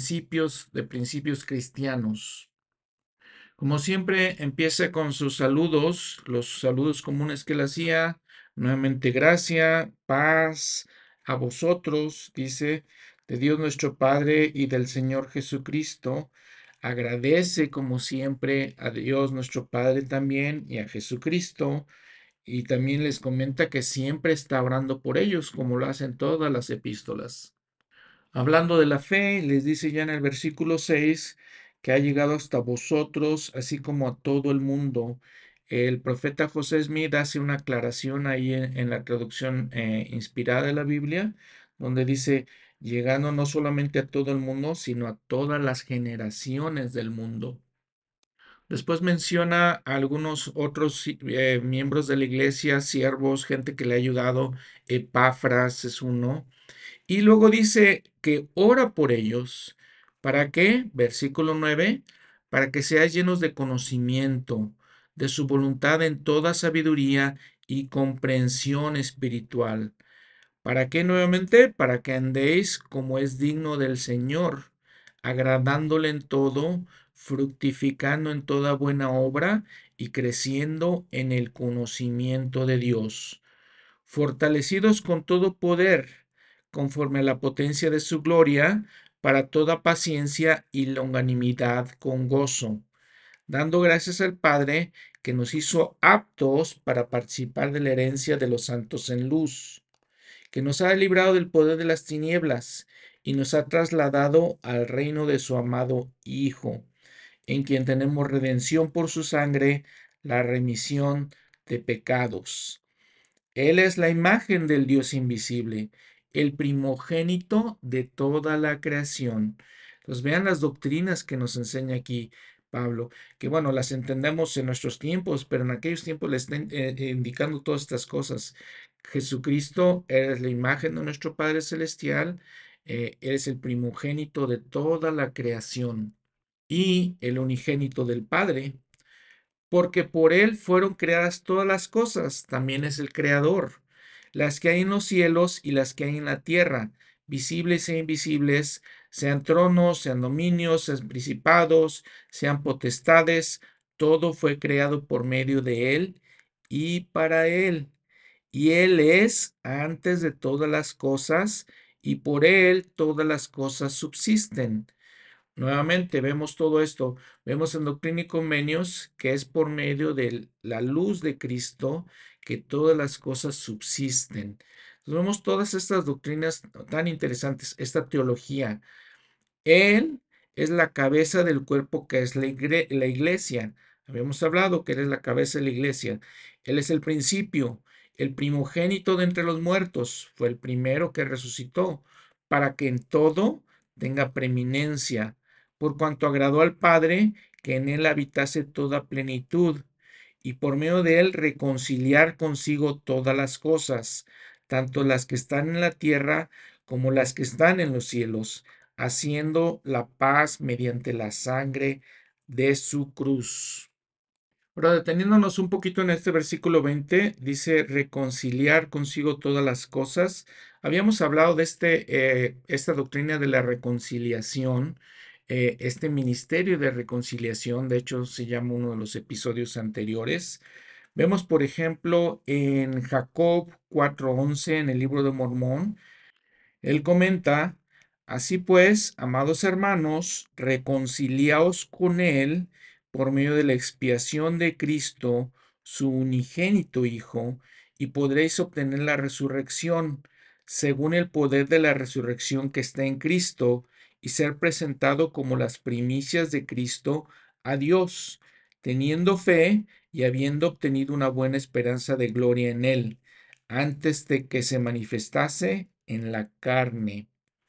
de principios cristianos. Como siempre, empieza con sus saludos, los saludos comunes que él hacía. Nuevamente, gracia, paz a vosotros, dice, de Dios nuestro Padre y del Señor Jesucristo. Agradece, como siempre, a Dios nuestro Padre también y a Jesucristo. Y también les comenta que siempre está orando por ellos, como lo hacen todas las epístolas. Hablando de la fe, les dice ya en el versículo 6 que ha llegado hasta vosotros, así como a todo el mundo. El profeta José Smith hace una aclaración ahí en la traducción inspirada de la Biblia, donde dice, llegando no solamente a todo el mundo, sino a todas las generaciones del mundo. Después menciona a algunos otros miembros de la iglesia, siervos, gente que le ha ayudado. Epafras es uno. Y luego dice que ora por ellos. ¿Para qué? Versículo 9. Para que seáis llenos de conocimiento, de su voluntad en toda sabiduría y comprensión espiritual. ¿Para qué nuevamente? Para que andéis como es digno del Señor, agradándole en todo, fructificando en toda buena obra y creciendo en el conocimiento de Dios, fortalecidos con todo poder, conforme a la potencia de su gloria, para toda paciencia y longanimidad con gozo, dando gracias al Padre que nos hizo aptos para participar de la herencia de los santos en luz, que nos ha librado del poder de las tinieblas y nos ha trasladado al reino de su amado Hijo, en quien tenemos redención por su sangre, la remisión de pecados. Él es la imagen del Dios invisible, el primogénito de toda la creación. Entonces vean las doctrinas que nos enseña aquí Pablo, que bueno, las entendemos en nuestros tiempos, pero en aquellos tiempos le están indicando todas estas cosas. Jesucristo es la imagen de nuestro Padre Celestial, Él es el primogénito de toda la creación y el unigénito del Padre, porque por él fueron creadas todas las cosas, también es el creador, las que hay en los cielos y las que hay en la tierra, visibles e invisibles, sean tronos, sean dominios, sean principados, sean potestades, todo fue creado por medio de él y para él. Y él es antes de todas las cosas, y por él todas las cosas subsisten. Nuevamente vemos todo esto, vemos en Doctrina y Convenios que es por medio de la luz de Cristo que todas las cosas subsisten. Entonces vemos todas estas doctrinas tan interesantes, esta teología. Él es la cabeza del cuerpo que es la iglesia. Habíamos hablado que Él es la cabeza de la iglesia. Él es el principio, el primogénito de entre los muertos. Fue el primero que resucitó para que en todo tenga preeminencia, por cuanto agradó al Padre que en Él habitase toda plenitud y por medio de Él reconciliar consigo todas las cosas, tanto las que están en la tierra como las que están en los cielos, haciendo la paz mediante la sangre de su cruz. Ahora, deteniéndonos un poquito en este versículo 20, dice reconciliar consigo todas las cosas. Habíamos hablado de esta doctrina de la reconciliación, este ministerio de reconciliación, de hecho se llama uno de los episodios anteriores. Vemos, por ejemplo, en Jacob 4:11, en el libro de Mormón, él comenta, así pues, amados hermanos, reconciliaos con Él por medio de la expiación de Cristo, su unigénito Hijo, y podréis obtener la resurrección, según el poder de la resurrección que está en Cristo, y ser presentado como las primicias de Cristo a Dios, teniendo fe y habiendo obtenido una buena esperanza de gloria en Él antes de que se manifestase en la carne.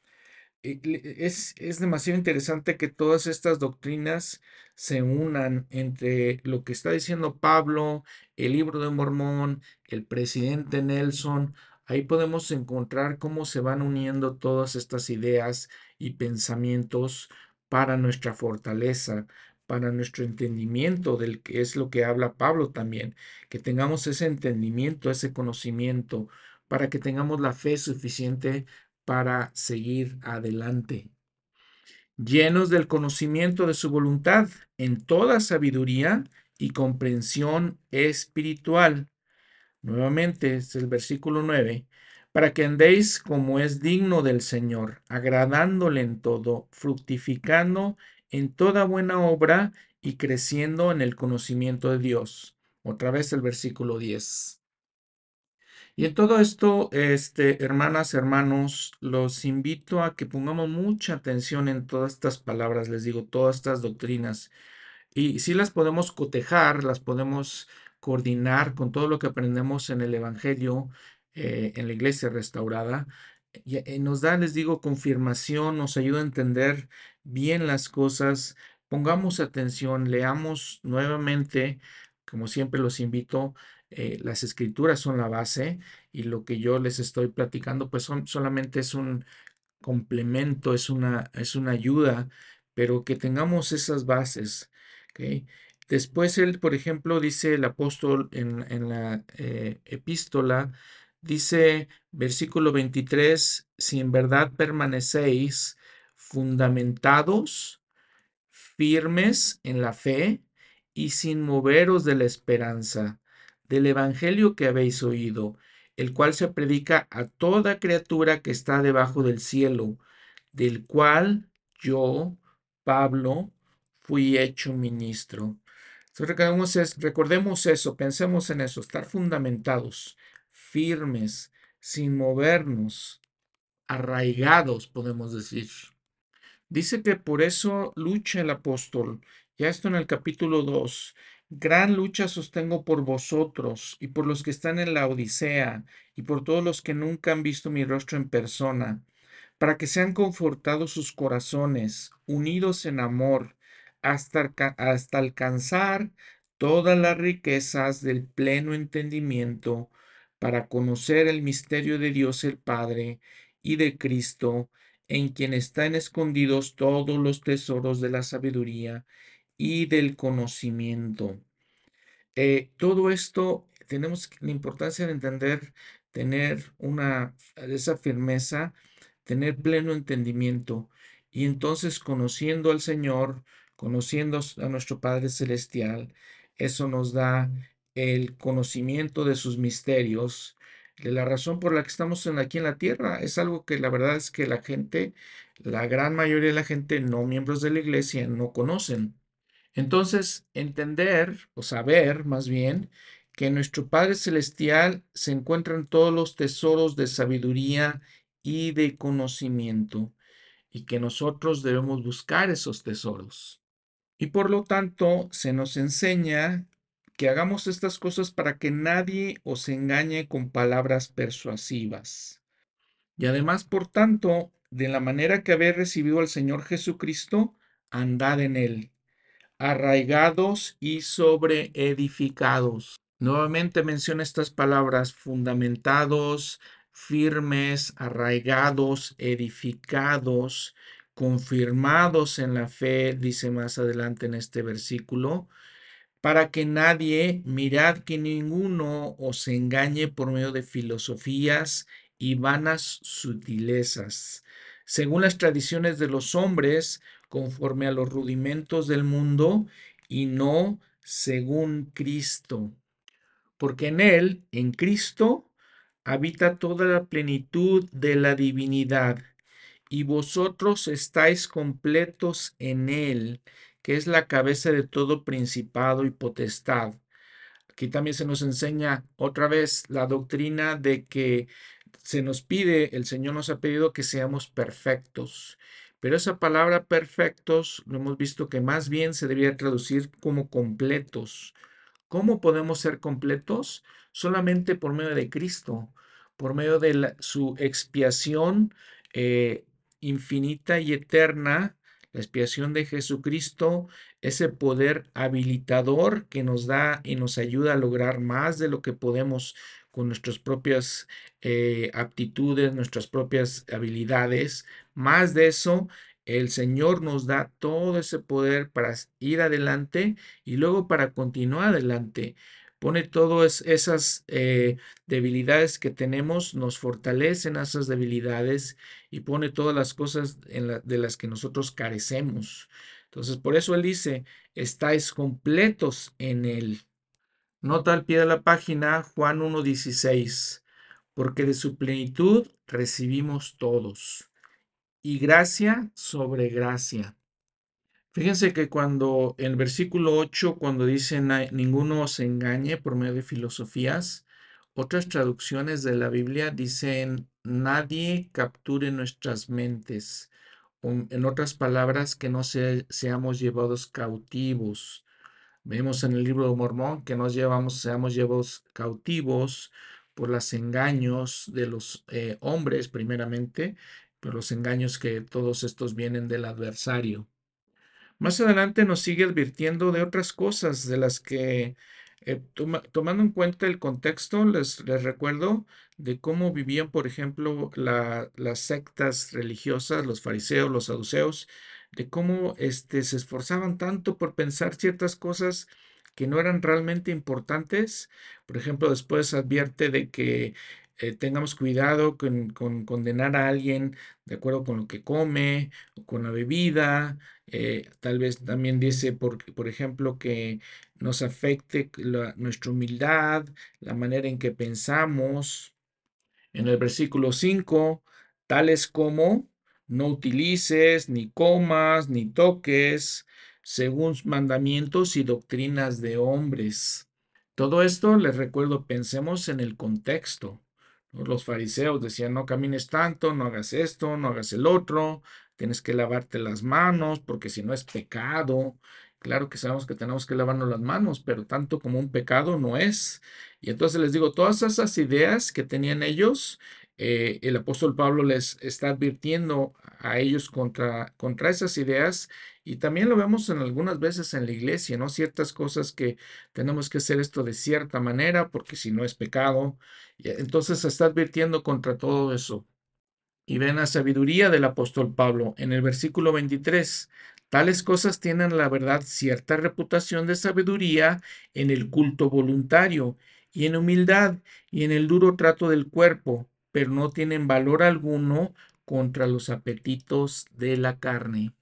Es demasiado interesante que todas estas doctrinas se unan entre lo que está diciendo Pablo, el libro de Mormón, el presidente Nelson. Ahí podemos encontrar cómo se van uniendo todas estas ideas y pensamientos para nuestra fortaleza, para nuestro entendimiento del que es lo que habla Pablo también, que tengamos ese entendimiento, ese conocimiento, para que tengamos la fe suficiente para seguir adelante, llenos del conocimiento de su voluntad, en toda sabiduría y comprensión espiritual. Nuevamente es el versículo 9, para que andéis como es digno del Señor, agradándole en todo, fructificando en toda buena obra y creciendo en el conocimiento de Dios. Otra vez el versículo 10. Y en todo esto, hermanas, hermanos, los invito a que pongamos mucha atención en todas estas palabras, les digo, todas estas doctrinas. Y sí las podemos cotejar, las podemos coordinar con todo lo que aprendemos en el Evangelio, en la iglesia restaurada. Y, nos da, les digo, confirmación, nos ayuda a entender bien las cosas. Pongamos atención, leamos nuevamente, como siempre los invito, las escrituras son la base y lo que yo les estoy platicando, pues solamente es un complemento, es una ayuda, pero que tengamos esas bases. ¿Ok? Después él, por ejemplo, dice el apóstol en la epístola, dice versículo 23, si en verdad permanecéis fundamentados, firmes en la fe y sin moveros de la esperanza, del evangelio que habéis oído, el cual se predica a toda criatura que está debajo del cielo, del cual yo, Pablo, fui hecho ministro. Entonces, recordemos eso, pensemos en eso, estar fundamentados, firmes, sin movernos, arraigados, podemos decir. Dice que por eso lucha el apóstol. Ya esto en el capítulo 2. Gran lucha sostengo por vosotros y por los que están en la Odisea y por todos los que nunca han visto mi rostro en persona, para que sean confortados sus corazones, unidos en amor, hasta alcanzar todas las riquezas del pleno entendimiento, para conocer el misterio de Dios el Padre y de Cristo, en quien están escondidos todos los tesoros de la sabiduría y del conocimiento. Todo esto tenemos la importancia de entender, tener esa firmeza, tener pleno entendimiento y entonces conociendo al Señor, conociendo a nuestro Padre Celestial, eso nos da el conocimiento de sus misterios, de la razón por la que estamos aquí en la tierra. Es algo que la verdad es que la gente, la gran mayoría de la gente, no miembros de la iglesia, no conocen. Entonces, entender o saber más bien que en nuestro Padre Celestial se encuentran todos los tesoros de sabiduría y de conocimiento y que nosotros debemos buscar esos tesoros. Y por lo tanto, se nos enseña que hagamos estas cosas para que nadie os engañe con palabras persuasivas. Y además, por tanto, de la manera que habéis recibido al Señor Jesucristo, andad en él arraigados y sobreedificados. Nuevamente menciona estas palabras, fundamentados, firmes, arraigados, edificados, confirmados en la fe, dice más adelante en este versículo, para que nadie, mirad que ninguno os engañe por medio de filosofías y vanas sutilezas, según las tradiciones de los hombres, conforme a los rudimentos del mundo, y no según Cristo. Porque en Él, en Cristo, habita toda la plenitud de la divinidad, y vosotros estáis completos en Él, que es la cabeza de todo principado y potestad. Aquí también se nos enseña otra vez la doctrina de que se nos pide, el Señor nos ha pedido que seamos perfectos. Pero esa palabra perfectos, lo hemos visto que más bien se debería traducir como completos. ¿Cómo podemos ser completos? Solamente por medio de Cristo, por medio de su expiación eh, infinita y eterna, la expiación de Jesucristo, ese poder habilitador que nos da y nos ayuda a lograr más de lo que podemos con nuestras propias aptitudes, nuestras propias habilidades. Más de eso, el Señor nos da todo ese poder para ir adelante y luego para continuar adelante. Pone todas esas debilidades que tenemos, nos fortalecen esas debilidades y pone todas las cosas de las que nosotros carecemos. Entonces, por eso Él dice, estáis completos en Él. Nota al pie de la página Juan 1:16, porque de su plenitud recibimos todos, y gracia sobre gracia. Fíjense que cuando en el versículo 8, cuando dicen ninguno os engañe por medio de filosofías, otras traducciones de la Biblia dicen nadie capture nuestras mentes. O en otras palabras, que no seamos llevados cautivos. Vemos en el libro de Mormón que seamos llevados cautivos por los engaños de los hombres, primeramente, por los engaños que todos estos vienen del adversario. Más adelante nos sigue advirtiendo de otras cosas de las que, tomando en cuenta el contexto, les recuerdo de cómo vivían, por ejemplo, las sectas religiosas, los fariseos, los saduceos, de cómo se esforzaban tanto por pensar ciertas cosas que no eran realmente importantes. Por ejemplo, después advierte de que tengamos cuidado con condenar a alguien de acuerdo con lo que come o con la bebida. Tal vez también dice, por ejemplo, que nos afecte nuestra humildad, la manera en que pensamos. En el versículo 5, tales como no utilices, ni comas, ni toques, según mandamientos y doctrinas de hombres. Todo esto, les recuerdo, pensemos en el contexto, ¿no? Los fariseos decían, no camines tanto, no hagas esto, no hagas el otro, tienes que lavarte las manos, porque si no es pecado. Claro que sabemos que tenemos que lavarnos las manos, pero tanto como un pecado no es. Y entonces les digo, todas esas ideas que tenían ellos, el apóstol Pablo les está advirtiendo a ellos contra esas ideas. Y también lo vemos en algunas veces en la iglesia, ¿no? Ciertas cosas que tenemos que hacer esto de cierta manera, porque si no es pecado. Y entonces se está advirtiendo contra todo eso. Y ven la sabiduría del apóstol Pablo en el versículo 23. Tales cosas tienen la verdad cierta reputación de sabiduría en el culto voluntario y en humildad y en el duro trato del cuerpo, pero no tienen valor alguno contra los apetitos de la carne.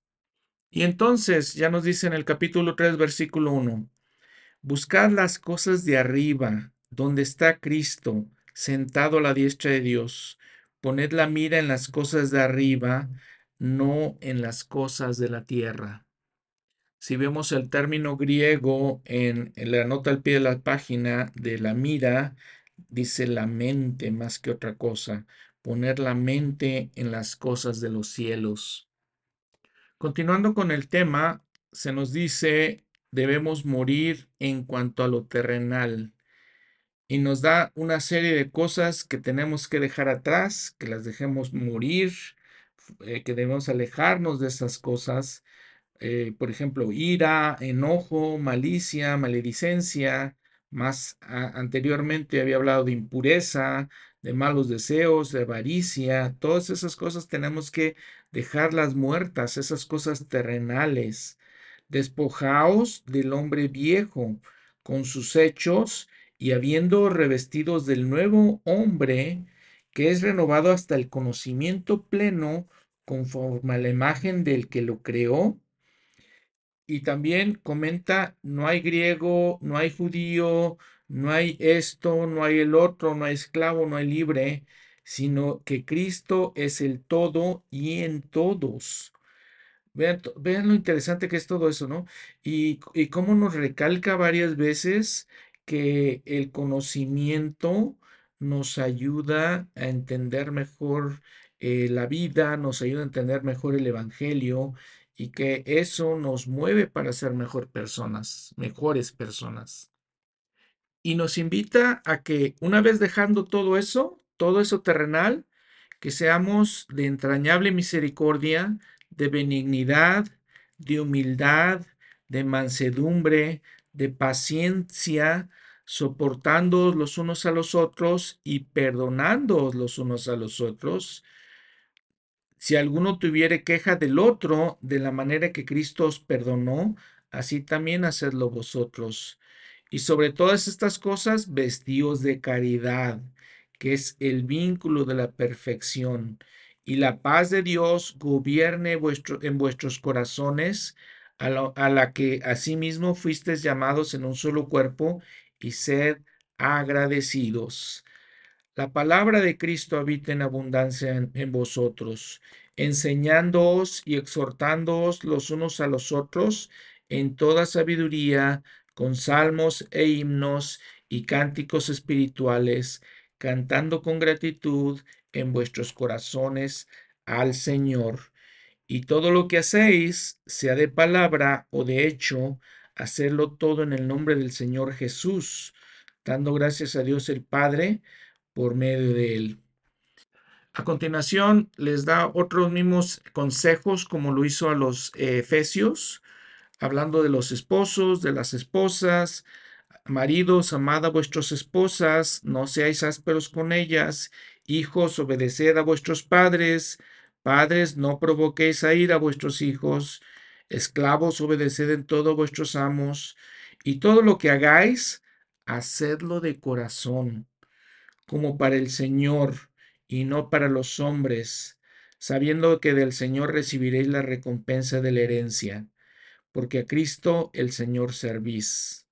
Y entonces ya nos dice en el capítulo 3, versículo 1. Buscad las cosas de arriba, donde está Cristo, sentado a la diestra de Dios. Poned la mira en las cosas de arriba, no en las cosas de la tierra. Si vemos el término griego en la nota al pie de la página de la mira, dice la mente más que otra cosa. Poner la mente en las cosas de los cielos. Continuando con el tema, se nos dice, debemos morir en cuanto a lo terrenal y nos da una serie de cosas que tenemos que dejar atrás, que las dejemos morir, que debemos alejarnos de esas cosas. Por ejemplo, ira, enojo, malicia, maledicencia. Más anteriormente había hablado de impureza, de malos deseos, de avaricia, todas esas cosas tenemos que dejarlas muertas, esas cosas terrenales. Despojaos del hombre viejo con sus hechos y habiendo revestidos del nuevo hombre que es renovado hasta el conocimiento pleno conforme a la imagen del que lo creó. Y también comenta, no hay griego, no hay judío, no hay esto, no hay el otro, no hay esclavo, no hay libre, sino que Cristo es el todo y en todos. Vean lo interesante que es todo eso, ¿no? Y cómo nos recalca varias veces que el conocimiento nos ayuda a entender mejor la vida, nos ayuda a entender mejor el evangelio y que eso nos mueve para ser mejor personas, mejores personas. Y nos invita a que una vez dejando todo eso terrenal, que seamos de entrañable misericordia, de benignidad, de humildad, de mansedumbre, de paciencia, soportando los unos a los otros y perdonando los unos a los otros. Si alguno tuviere queja del otro, de la manera que Cristo os perdonó, así también hacedlo vosotros. Y sobre todas estas cosas, vestíos de caridad, que es el vínculo de la perfección. Y la paz de Dios gobierne en vuestros corazones, a la que asimismo fuisteis llamados en un solo cuerpo, y sed agradecidos. La palabra de Cristo habita en abundancia en vosotros, enseñándoos y exhortándoos los unos a los otros en toda sabiduría, con salmos e himnos y cánticos espirituales, cantando con gratitud en vuestros corazones al Señor. Y todo lo que hacéis, sea de palabra o de hecho, hacerlo todo en el nombre del Señor Jesús, dando gracias a Dios el Padre por medio de él. A continuación, les da otros mismos consejos como lo hizo a los efesios, hablando de los esposos, de las esposas. Maridos, amad a vuestras esposas, no seáis ásperos con ellas. Hijos, obedeced a vuestros padres. Padres, no provoquéis a ir a vuestros hijos. Esclavos, obedeced en todo a vuestros amos. Y todo lo que hagáis, hacedlo de corazón, como para el Señor y no para los hombres, sabiendo que del Señor recibiréis la recompensa de la herencia, porque a Cristo el Señor servís.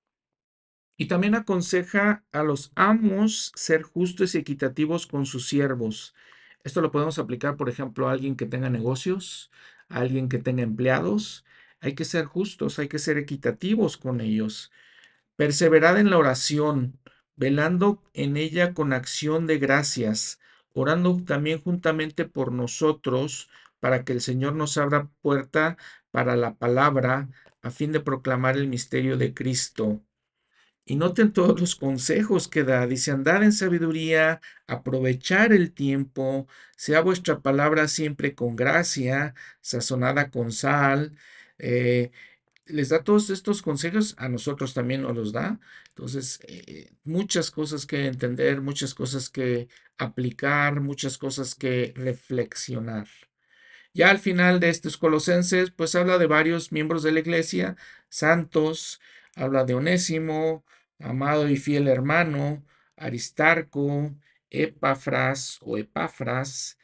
Y también aconseja a los amos ser justos y equitativos con sus siervos. Esto lo podemos aplicar, por ejemplo, a alguien que tenga negocios, a alguien que tenga empleados. Hay que ser justos, hay que ser equitativos con ellos. Perseverad en la oración, velando en ella con acción de gracias, orando también juntamente por nosotros, para que el Señor nos abra puerta para la palabra, a fin de proclamar el misterio de Cristo. Y noten todos los consejos que da. Dice, andad en sabiduría, aprovechar el tiempo, sea vuestra palabra siempre con gracia, sazonada con sal. eh, Les da todos estos consejos, a nosotros también nos los da. Entonces, muchas cosas que entender, muchas cosas que aplicar, muchas cosas que reflexionar. Ya al final de estos Colosenses, pues habla de varios miembros de la iglesia, santos, habla de Onésimo, amado y fiel hermano, Aristarco, Epafras o Epafras,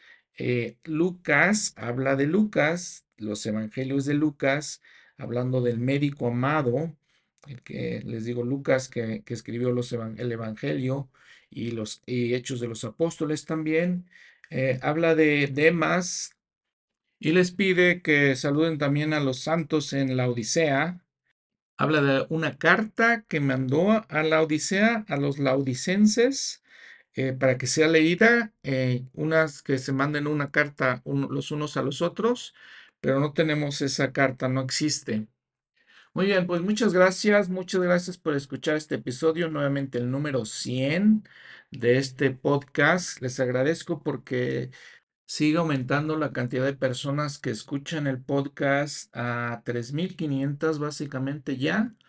Lucas, habla de Lucas, los evangelios de Lucas, hablando del médico amado, el que les digo Lucas, que escribió el evangelio y Hechos de los Apóstoles también. Habla de Demas, y les pide que saluden también a los santos en la Odisea. Habla de una carta que mandó a la Odisea, a los laodicenses, para que sea leída, unas que se manden una carta los unos a los otros, pero no tenemos esa carta, no existe. Muy bien, pues muchas gracias por escuchar este episodio, nuevamente el número 100 de este podcast. Les agradezco porque sigue aumentando la cantidad de personas que escuchan el podcast a 3.500 básicamente ya.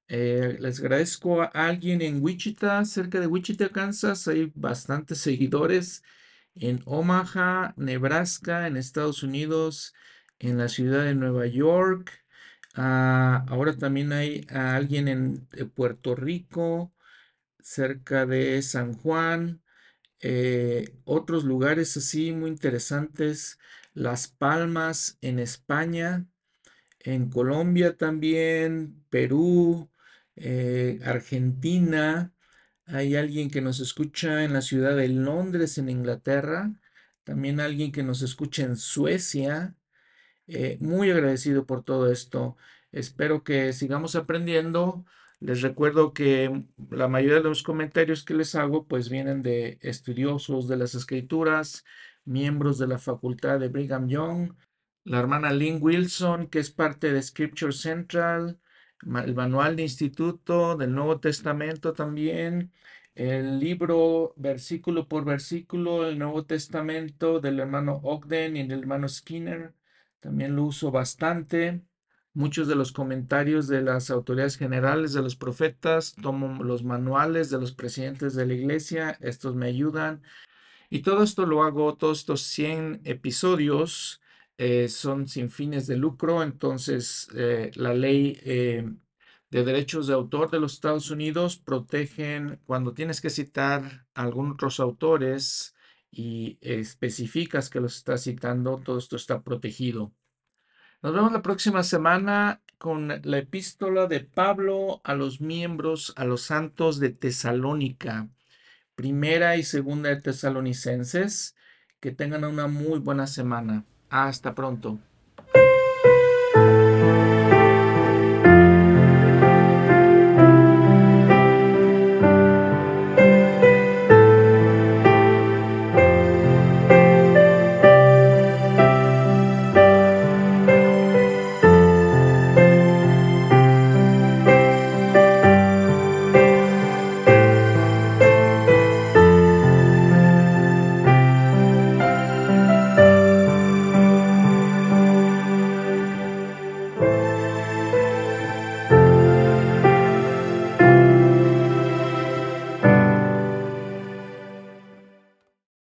Les agradezco a alguien en Wichita, cerca de Wichita, Kansas. Hay bastantes seguidores en Omaha, Nebraska, en Estados Unidos, en la ciudad de Nueva York. Ahora también hay a alguien en Puerto Rico, cerca de San Juan. Otros lugares así muy interesantes. Las Palmas en España, en Colombia también, Perú, Argentina. Hay alguien que nos escucha en la ciudad de Londres, en Inglaterra. También alguien que nos escucha en Suecia. Muy agradecido por todo esto. Espero que sigamos aprendiendo. Les recuerdo que la mayoría de los comentarios que les hago pues vienen de estudiosos de las escrituras, miembros de la facultad de Brigham Young, la hermana Lynn Wilson, que es parte de Scripture Central, el manual de instituto del Nuevo Testamento también, el libro versículo por versículo, el Nuevo Testamento del hermano Ogden y del hermano Skinner. También lo uso bastante. Muchos de los comentarios de las autoridades generales, de los profetas, tomo los manuales de los presidentes de la iglesia, estos me ayudan. Y todo esto lo hago, todos estos 100 episodios son sin fines de lucro, entonces la ley de derechos de autor de los Estados Unidos protegen cuando tienes que citar a algunos otros autores y especificas que los estás citando, todo esto está protegido. Nos vemos la próxima semana con la epístola de Pablo a los miembros, a los santos de Tesalónica, primera y segunda de Tesalonicenses. Que tengan una muy buena semana. Hasta pronto.